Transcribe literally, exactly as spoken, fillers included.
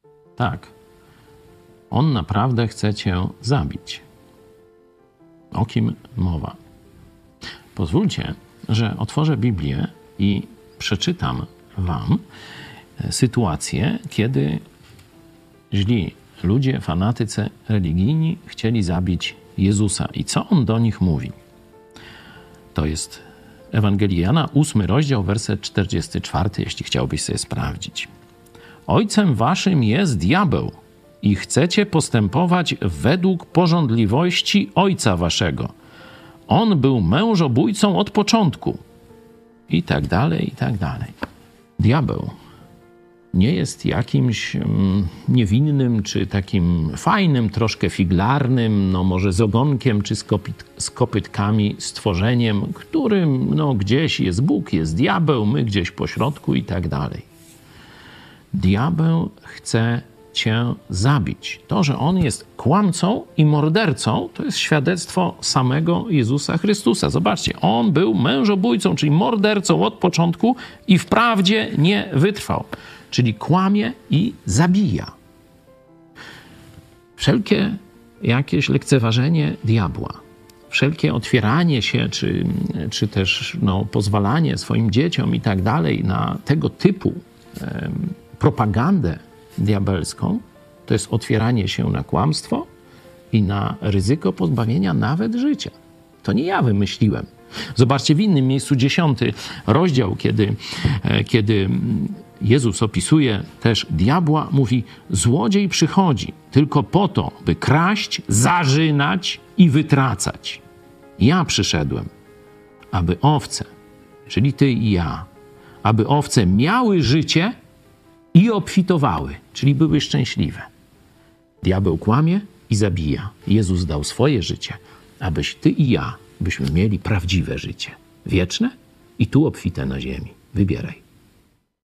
Tak, on naprawdę chce cię zabić. O kim mowa? Pozwólcie, że otworzę Biblię i przeczytam wam sytuację, kiedy źli ludzie, fanatycy religijni chcieli zabić Jezusa. I co on do nich mówi? To jest Ewangelii Jana, ósmy rozdział, werset czterdziesty czwarty, jeśli chciałbyś sobie sprawdzić. Ojcem waszym jest diabeł i chcecie postępować według pożądliwości ojca waszego. On był mężobójcą od początku. I tak dalej, i tak dalej. Diabeł nie jest jakimś mm, niewinnym, czy takim fajnym, troszkę figlarnym, no może z ogonkiem, czy z, kopyt, z kopytkami stworzeniem, którym no gdzieś jest Bóg, jest diabeł, my gdzieś pośrodku i tak dalej. Diabeł chce cię zabić. To, że on jest kłamcą i mordercą, to jest świadectwo samego Jezusa Chrystusa. Zobaczcie, on był mężobójcą, czyli mordercą od początku i wprawdzie nie wytrwał. Czyli kłamie i zabija. Wszelkie jakieś lekceważenie diabła, wszelkie otwieranie się, czy, czy też no, pozwalanie swoim dzieciom i tak dalej na tego typu em, propagandę diabelską, to jest otwieranie się na kłamstwo i na ryzyko pozbawienia nawet życia. To nie ja wymyśliłem. Zobaczcie w innym miejscu, dziesiąty rozdział, kiedy, kiedy Jezus opisuje też diabła, mówi: złodziej przychodzi tylko po to, by kraść, zarzynać i wytracać. Ja przyszedłem, aby owce, czyli ty i ja, aby owce miały życie i obfitowały, czyli były szczęśliwe. Diabeł kłamie i zabija. Jezus dał swoje życie, abyś ty i ja byśmy mieli prawdziwe życie. Wieczne i tu obfite na ziemi. Wybieraj.